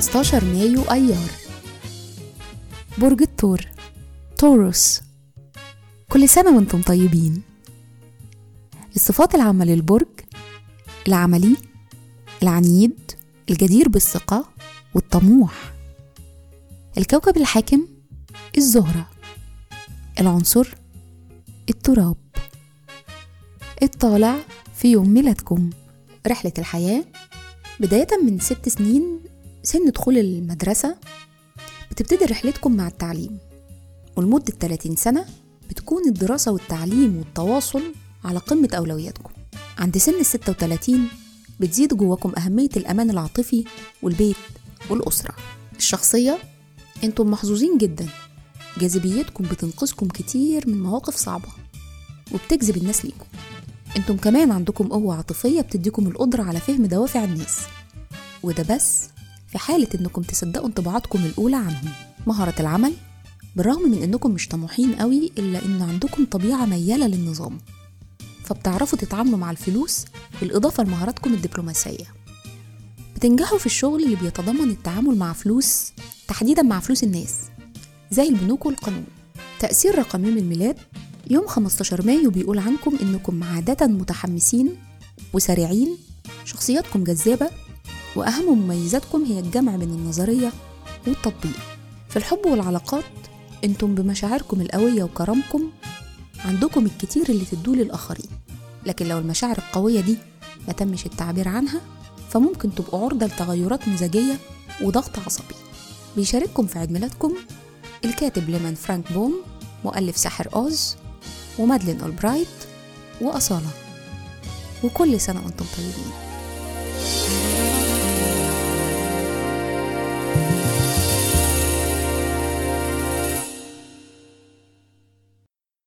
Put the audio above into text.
15 مايو أيار. برج الثور، توروس. كل سنة وانتم طيبين. الصفات العامة للبرج: العملي، العنيد، الجدير بالثقة والطموح. الكوكب الحاكم الزهرة. العنصر التراب. الطالع في يوم ميلادكم. رحلة الحياة: بداية من 6 سنين سن دخول المدرسة بتبتدي رحلتكم مع التعليم، ولمدة 30 سنة بتكون الدراسة والتعليم والتواصل على قمة أولوياتكم. عند سن 36 بتزيد جواكم أهمية الأمان العاطفي والبيت والأسرة. الشخصية: انتم محظوظين جدا، جاذبيتكم بتنقذكم كتير من مواقف صعبة وبتجذب الناس ليكم. انتم كمان عندكم قوة عاطفية بتديكم القدرة على فهم دوافع الناس، وده بس في حالة انكم تصدقوا انطباعاتكم الأولى عنهم. مهارة العمل: بالرغم من انكم مش طموحين قوي إلا ان عندكم طبيعة ميالة للنظام، فبتعرفوا تتعاملوا مع الفلوس بالإضافة لمهاراتكم الدبلوماسية. بتنجحوا في الشغل اللي بيتضمن التعامل مع فلوس، تحديدا مع فلوس الناس زي البنوك والقانون. تأثير رقم يوم الميلاد: يوم 15 مايو بيقول عنكم انكم عادة متحمسين وسريعين، شخصياتكم جذابة، وأهم مميزاتكم هي الجمع بين النظرية والتطبيق. في الحب والعلاقات انتم بمشاعركم القوية وكرمكم عندكم الكتير اللي تدوه للآخرين، لكن لو المشاعر القوية دي ما تمش التعبير عنها فممكن تبقوا عرضة لتغيرات مزاجية وضغط عصبي. بيشارككم في عيد ميلادكم الكاتب ليمان فرانك بوم، مؤلف ساحر أوز، ومادلين أولبرايت، وأصالة. وكل سنة وأنتم طيبين.